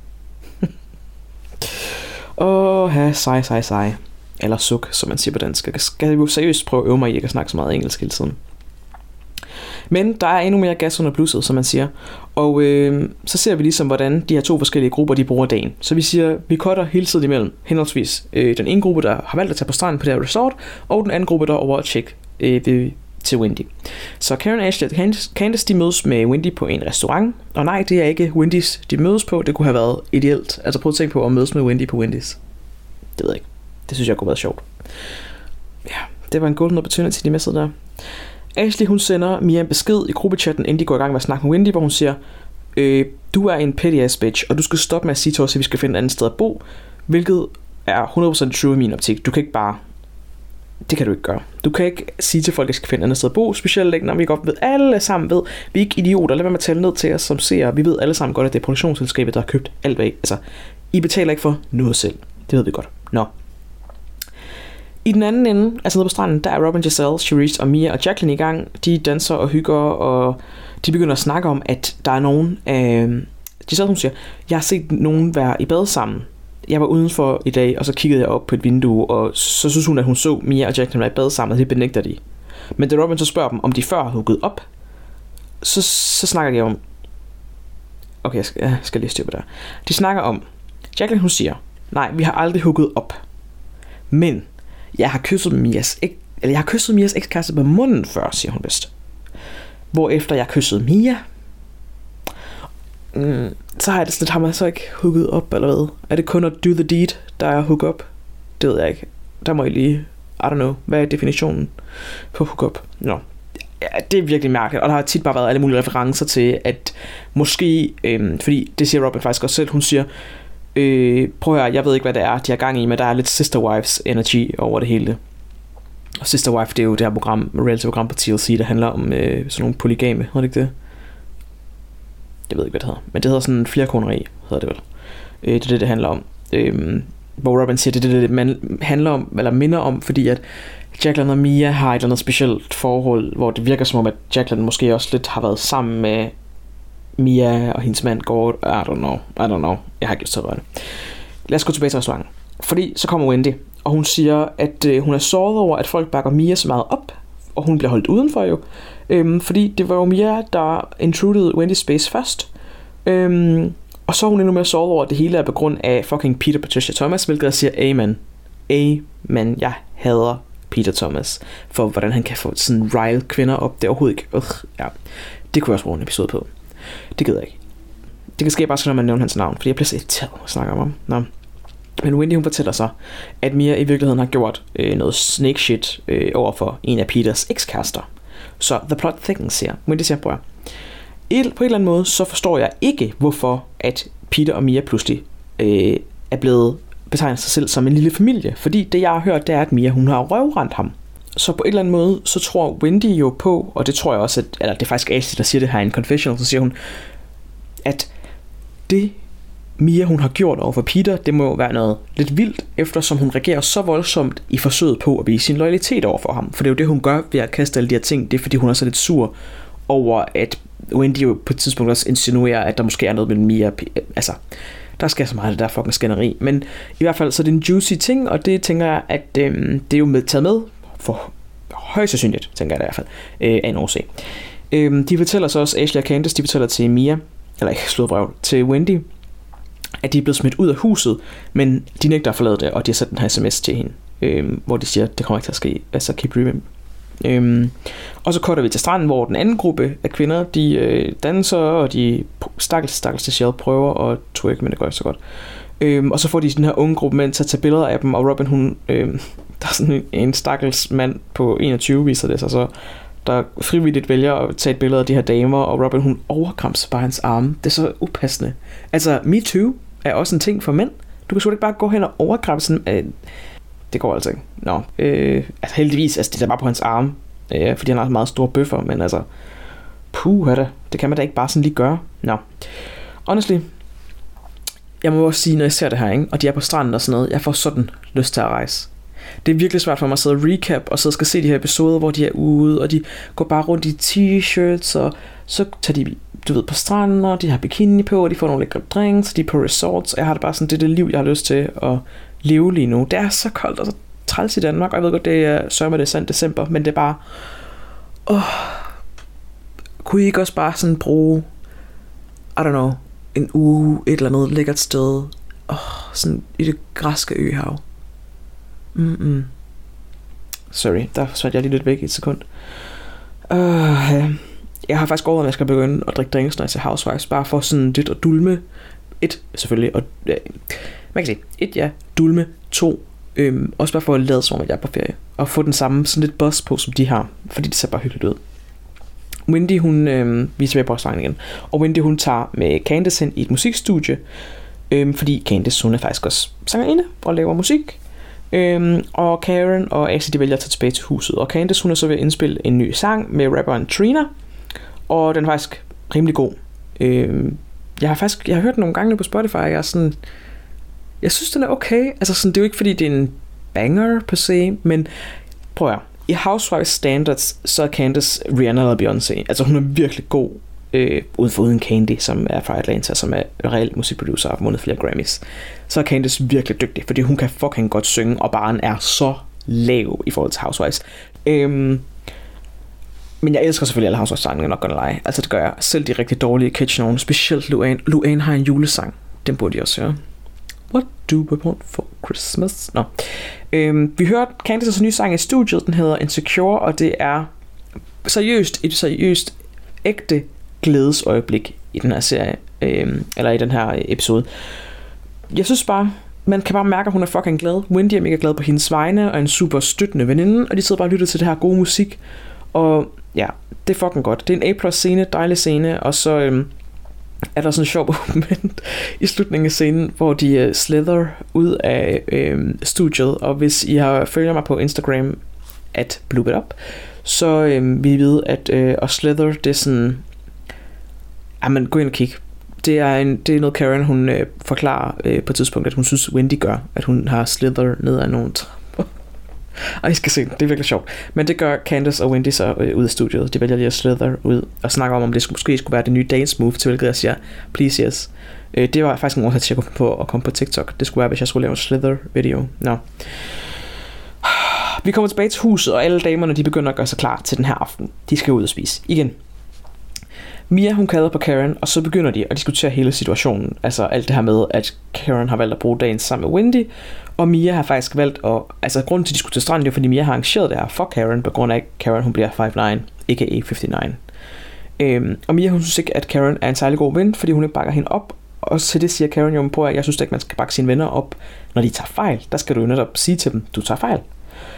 være. Sej. Eller suk, som man siger på dansk. Jeg skal jo seriøst prøve at øve mig i, at jeg snakker så meget engelsk hele tiden. Men der er endnu mere gas under blusset, som man siger. Og så ser vi ligesom, hvordan de her 2 forskellige grupper, de bruger dagen. Så vi siger, vi cutter hele tiden imellem henholdsvis den ene gruppe, der har valgt at tage på stranden på det her resort, og den anden gruppe, der er over at tjekke til Wendy. Så Karen, Ashley og Candice, de mødes med Wendy på en restaurant. Og nej, det er ikke Wendy's, de mødes på. Det kunne have været ideelt. Altså prøv at tænke på at mødes med Wendy på Wendy's. Det ved jeg ikke. Det synes jeg kunne være sjovt. Ja, det var en golden opportunity, de mistede der. Ashley, hun sender Mia en besked i gruppechatten, inden de går i gang med at snakke med Wendy, hvor hun siger, du er en petty ass bitch, og du skal stoppe med at sige til os, at vi skal finde et andet sted at bo, hvilket er 100% true i min optik. Du kan ikke bare... Det kan du ikke gøre. Du kan ikke sige til folk, at de skal finde et andet sted at bo, specielt ikke, når vi godt ved, alle sammen ved, vi er ikke idioter, lad være med at tale ned til os som seere. Vi ved alle sammen godt, at det er produktionsselskabet, der har købt alt væk. Altså, I betaler ikke for noget selv. Det ved vi godt. Nå. I den anden ende, altså nede på stranden, der er Robin, Giselle, Charisse og Mia og Jacqueline i gang. De danser og hygger, og de begynder at snakke om, at der er nogen af... Giselle, hun siger, jeg har set nogen være i bad sammen. Jeg var udenfor i dag, og så kiggede jeg op på et vindue, og så synes hun, at hun så Mia og Jacqueline være i bad sammen, og det benægter de. Men da Robin så spørger dem, om de før har hugget op, så snakker de om... Okay, jeg skal lige styre på det. De snakker om... Jacqueline, hun siger, nej, vi har aldrig hugget op. Men jeg har kysset Mias ekskæreste på munden før, siger hun vist. Hvorefter jeg kyssede Mia, så har jeg det sådan lidt, har man så ikke hooket op, eller hvad? Er det kun at do the deed, der er hook up? Det ved jeg ikke. Der må I lige, I don't know, hvad er definitionen på hook up? Nå. Ja, det er virkelig mærkeligt, og der har tit bare været alle mulige referencer til, at måske, fordi det siger Robin faktisk også selv, hun siger, prøv at høre, jeg ved ikke hvad det er, de har gang i, men der er lidt Sister Wives energy over det hele. Og Sister Wife, det er jo det her program, reality-program på TLC, der handler om sådan nogle polygame, hedder det ikke det? Jeg ved ikke hvad det hedder, men det hedder sådan flerkoneri, hedder det vel. Det er det handler om. Hvor Robin siger, det man handler om, eller minder om, fordi at Jacqueline og Mia har et eller andet specielt forhold, hvor det virker som om, at Jacqueline måske også lidt har været sammen med Mia og hendes mand Gord. I don't know. Jeg har ikke lyst til at røre det. Lad os gå tilbage til restauranten. Fordi så kommer Wendy, og hun siger, at hun er såret over, at folk bakker Mia så meget op, og hun bliver holdt udenfor jo. Fordi det var jo Mia, der intruded Wendy's space først. Og så er hun endnu mere såret over, at det hele er på grund af fucking Peter Patricia Thomas, hvilket jeg siger, amen. Jeg hader Peter Thomas, for hvordan han kan få sådan rile kvinder op. Det er overhovedet ikke. Ja. Det kunne jeg også bruge en episode på. Det gider jeg ikke. Det kan ske bare sådan, når man nævner hans navn, fordi jeg bliver så irriteret, når jeg snakker om ham. Nå. Men Wendy, hun fortæller så, at Mia i virkeligheden har gjort noget snake shit over for en af Peters ekskærester. Så the plot thickens, siger Wendy. Siger, på en eller anden måde, så forstår jeg ikke, hvorfor at Peter og Mia pludselig er blevet betegnet sig selv som en lille familie. Fordi det, jeg har hørt, det er, at Mia, hun har røvrendt ham. Så på en eller anden måde, så tror Wendy jo på, og det tror jeg også, eller det er faktisk Ashley, der siger det her i en confessional, så siger hun, at det Mia, hun har gjort over for Peter, det må jo være noget lidt vildt, eftersom hun reagerer så voldsomt i forsøget på at vise sin loyalitet over for ham. For det er jo det, hun gør ved at kaste alle de her ting. Det er, fordi hun er så lidt sur over, at Wendy jo på et tidspunkt også insinuerer, at der måske er noget mellem Mia og Peter. Altså, der sker så meget af det der fucking skænderi. Men i hvert fald, så er det en juicy ting, og det tænker jeg, at det er jo taget med for højst sandsynligt, tænker jeg da i hvert fald, af en årsag. De fortæller så også, Ashley og Candice, de fortæller til Mia, eller ikke slutbrøv, til Wendy, at de er blevet smidt ud af huset, men de nægter at forlade det, og de har sendt den her sms til hende, hvor de siger, at det kommer ikke til at ske, altså keep remember. Og så cutter vi til stranden, hvor den anden gruppe af kvinder, de danser, og de stakkels til Shell prøver at twerk, men det går ikke så godt. Og så får de den her unge gruppe mænd til at tage billeder af dem, og Robin, hun, der er sådan en stakkels mand på 21, viser det sig så, der frivilligt vælger at tage et billede af de her damer, og Robin, hun overkramser bare hans arme. Det er så upassende. Altså, Me Too er også en ting for mænd. Du kan sgu ikke bare gå hen og overkramse det går altså ikke. Nå, altså heldigvis, altså det er bare på hans arme, fordi han har meget store bøffer, men altså, det kan man da ikke bare sådan lige gøre. Nå, honestly, jeg må også sige, når jeg ser det her, ikke, og de er på stranden og sådan noget, jeg får sådan lyst til at rejse. Det er virkelig svært for mig at sidde og recap, og så skal se de her episoder, hvor de er ude, og de går bare rundt i t-shirts, og så tager de, du ved, på stranden, og de har bikini på, og de får nogle lækre drinks, og de er på resorts, og jeg har det bare sådan, det er det liv, jeg har lyst til at leve lige nu. Det er så koldt og så træls i Danmark, og jeg ved godt, det er sørger det er sandt december, men det er bare, kunne I ikke også bare sådan bruge, I don't know, en uge, et eller andet lækkert sted, sådan i det græske øhav. Sorry, der svært jeg lige lidt væk i et sekund. Jeg har faktisk overvejet, at jeg skal begynde at drikke drinks, når jeg ser Housewives, bare for sådan lidt at dulme. Selvfølgelig, og man kan sige, dulme. 2, også bare for at lade som om, at jeg er på ferie, og få den samme sådan lidt buzz på, som de har, fordi det ser bare hyggeligt ud. Wendy, hun, vi er tilbage på restauranten igen, og Wendy, hun tager med Candice hen i et musikstudie, fordi Candice, hun er faktisk også sangerinde og laver musik. Og Karen og Ashley, de vælger at tage tilbage til huset, og Candice, hun er så ved at indspille en ny sang med rapperen Trina, og den er faktisk rimelig god. Jeg har hørt den nogle gange på Spotify, og jeg synes den er okay. Altså sådan, det er jo ikke fordi det er en banger på se, men prøv at i Housewives standards, så er Candice Rihanna eller Beyoncé. Altså hun er virkelig god, uden Candy, som er fra Atlanta, som er reelt musikproducer og har vundet flere Grammys. Så er Candice virkelig dygtig, fordi hun kan fucking godt synge, og barren er så lav i forhold til Housewives. Men jeg elsker selvfølgelig alle Housewives-sangene, jeg nok gonna lege. Altså det gør jeg. Selv de rigtig dårlige Kitchen, specielt Luann har en julesang. Den burde jeg også høre. What do we want for Christmas? Nå. Vi hørte Candices nye sang i studiet. Den hedder Insecure, og det er et seriøst ægte glædesøjeblik i den her serie, eller i den her episode. Jeg synes bare, man kan bare mærke, at hun er fucking glad. Wendy er mega glad på hendes vegne, og en super støttende veninde, og de sidder bare og lytter til det her gode musik. Og ja, det er fucking godt. Det er en A+ scene, dejlig scene, og så er der sådan en sjov moment i slutningen af scenen, hvor de slither ud af studiet, og hvis I følger mig på Instagram @bloopitup, så vil I vide, at slither, det er sådan, men gå ind og kig. Det er noget Karen, hun forklarer på et tidspunkt, at hun synes Wendy gør, at hun har slither ned ad nogle og I skal se det er virkelig sjovt. Men det gør Candice og Wendy så ud af studiet. De vælger lige at slither ud og snakker om det måske skulle være det nye dance move, til hvilket jeg siger, please yes. Det var faktisk en årsag til at komme på TikTok. Det skulle være, hvis jeg skulle lave en slither video. Nå. Vi kommer tilbage til huset, og alle damerne de begynder at gøre sig klar til den her aften. De skal ud og spise igen. Mia, hun kalder på Karen, og så begynder de at diskutere hele situationen. Altså alt det her med, at Karen har valgt at bruge dagen sammen med Wendy, og Mia har faktisk valgt at... Altså grunden til, at de skulle til stranden, det er, fordi Mia har arrangeret det her for Karen, på grund af, at Karen hun bliver 5'9", a.k.a. 59. Og Mia, hun synes ikke, at Karen er en særlig god ven, fordi hun ikke bakker hende op. Og til det siger Karen jo på, at jeg synes ikke, man skal bakke sine venner op, når de tager fejl. Der skal du jo netop sige til dem, du tager fejl.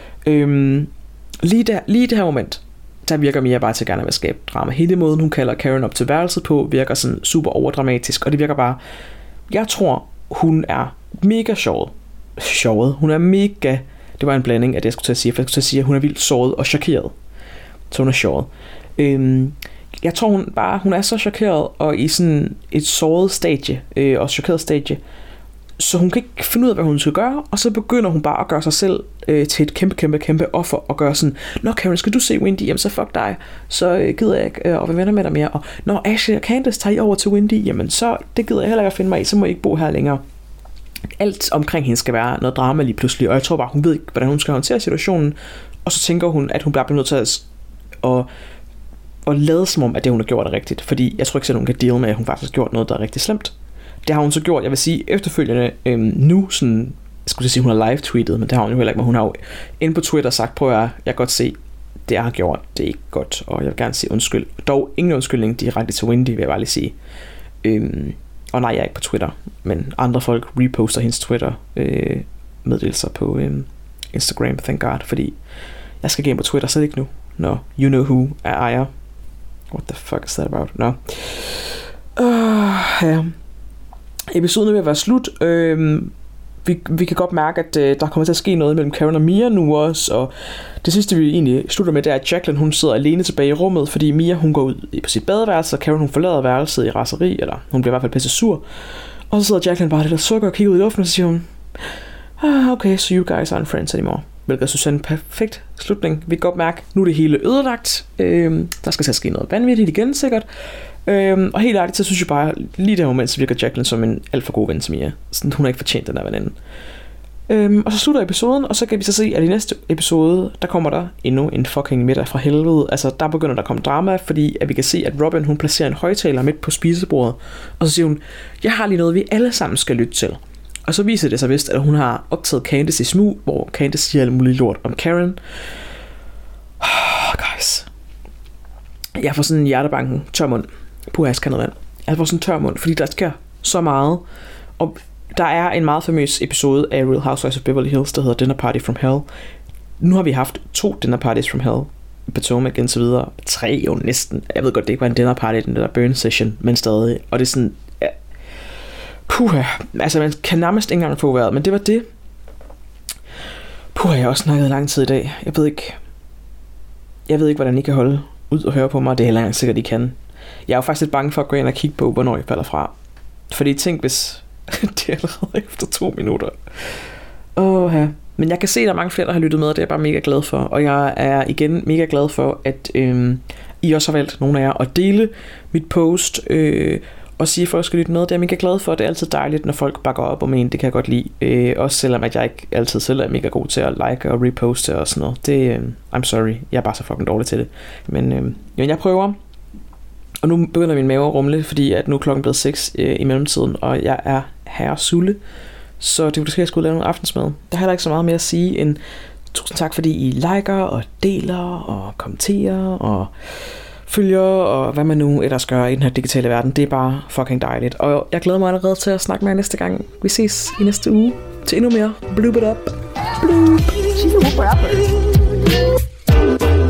Lige det her moment, der virker Mia bare til gerne at skabe drama. Hele måden, hun kalder Karen op til værelset på, virker sådan super overdramatisk, og det virker bare... Jeg tror, hun er mega sjovet. Hun er mega... Det var en blanding af det, jeg skulle til at sige. For jeg skulle til at sige, at hun er vildt såret og chokeret. Så hun er sjovt. Jeg tror, hun er så chokeret, og i sådan et såret stadie, og chokeret stadie, så hun kan ikke finde ud af, hvad hun skal gøre, og så begynder hun bare at gøre sig selv til et kæmpe offer, og gøre sådan, nå Karen, skal du se Wendy? Jamen så fuck dig, så gider jeg ikke at være venner med dig mere, og når Ashley og Candice tager I over til Wendy, jamen så, det gider jeg heller ikke at finde mig i, så må jeg ikke bo her længere. Alt omkring hende skal være noget drama lige pludselig, og jeg tror bare, hun ved ikke, hvordan hun skal håndtere situationen, og så tænker hun, at hun bare bliver nødt til at lade som om, at det hun har gjort er rigtigt, fordi jeg tror ikke selv, hun kan deal med, at hun faktisk har gjort noget, der er rigtig slemt. Det har hun så gjort, jeg vil sige, efterfølgende nu, sådan, jeg skulle sige, hun har live-tweetet, men det har hun jo heller ikke, men hun har jo inde på Twitter sagt, prøv at jeg kan godt se, det jeg har gjort, det er ikke godt, og jeg vil gerne sige undskyld. Dog ingen undskyldning direkte til Wendy, vil jeg bare lige sige. Og nej, jeg er ikke på Twitter, men andre folk reposter hendes Twitter meddelelser på Instagram, thank God, fordi jeg skal gå ind på Twitter, så er det ikke nu. No, you know who er ejer. What the fuck is that about? No. Ja. Episoden er ved at være slut. Vi kan godt mærke, at der kommer til at ske noget mellem Karen og Mia nu også, og det sidste vi egentlig slutter med, det er, at Jacqueline hun sidder alene tilbage i rummet, fordi Mia hun går ud på sit badeværelse, og Karen hun forlader værelset i raseri, eller hun bliver i hvert fald pisse sur, og så sidder Jacqueline bare lidt og sukker og kigger ud i luften, og så siger hun, okay, so you guys aren't friends anymore. Hvilket jeg synes er en perfekt slutning. Vi kan godt mærke, nu er det hele ødelagt, der skal til at ske noget vanvittigt igen sikkert. Og helt ærligt, så synes jeg bare, lige der moment, så virker Jacqueline som en alt for god ven til Mia. Sådan, hun har ikke fortjent den der veninde. Og så slutter episoden, og så kan vi så se, at i næste episode, der kommer der endnu en fucking middag fra helvede. Altså, der begynder der at komme drama, fordi at vi kan se, at Robin, hun placerer en højtaler midt på spisebordet. Og så siger hun, jeg har lige noget, vi alle sammen skal lytte til. Og så viser det sig vist, at hun har optaget Candice i smug, hvor Candice siger alt muligt lort om Karen. Guys. Jeg får sådan en hjertebanken, tør mund. Puh, jeg skal noget vand. Jeg får sådan en tør mund, fordi der sker så meget. Og der er en meget famøs episode af Real Housewives of Beverly Hills, der hedder Dinner Party from Hell. Nu har vi haft 2 Dinner Parties from Hell. Potomac og så videre. 3 jo næsten. Jeg ved godt, det ikke var en dinner party, den der burn session, men stadig. Og det er sådan... Ja. Puh, altså man kan nærmest ikke engang få været, men det var det. Puh, jeg har også snakket lang tid i dag. Jeg ved ikke, hvordan I kan holde ud og høre på mig. Det er heller ikke sikkert, I kan. Jeg er jo faktisk lidt bange for at gå ind og kigge på, hvornår jeg falder fra. Fordi tænk, hvis det er allerede efter 2 minutter. Ja. Men jeg kan se, at der er mange flere, der har lyttet med, og det er jeg bare mega glad for. Og jeg er igen mega glad for, at I også har valgt, nogle af jer, at dele mit post og sige, at folk skal lytte med. Det er jeg mega glad for. Det er altid dejligt, når folk bakker op om en. Det kan jeg godt lide. Også selvom at jeg ikke altid selv er mega god til at like og reposte og sådan noget. Det, I'm sorry. Jeg er bare så fucking dårlig til det. Men jeg prøver. Og nu begynder min mave at rumle, fordi at nu er klokken blevet 6 i mellemtiden, og jeg er herresulle. Så det ville ske, at jeg skulle lave noget aftensmad. Der er heller ikke så meget mere at sige end tusind tak, fordi I liker og deler og kommenterer og følger og hvad man nu ellers gør i den her digitale verden. Det er bare fucking dejligt. Og jeg glæder mig allerede til at snakke med jer næste gang. Vi ses i næste uge til endnu mere Bloop It Up. Bloop. She's a whooper upper.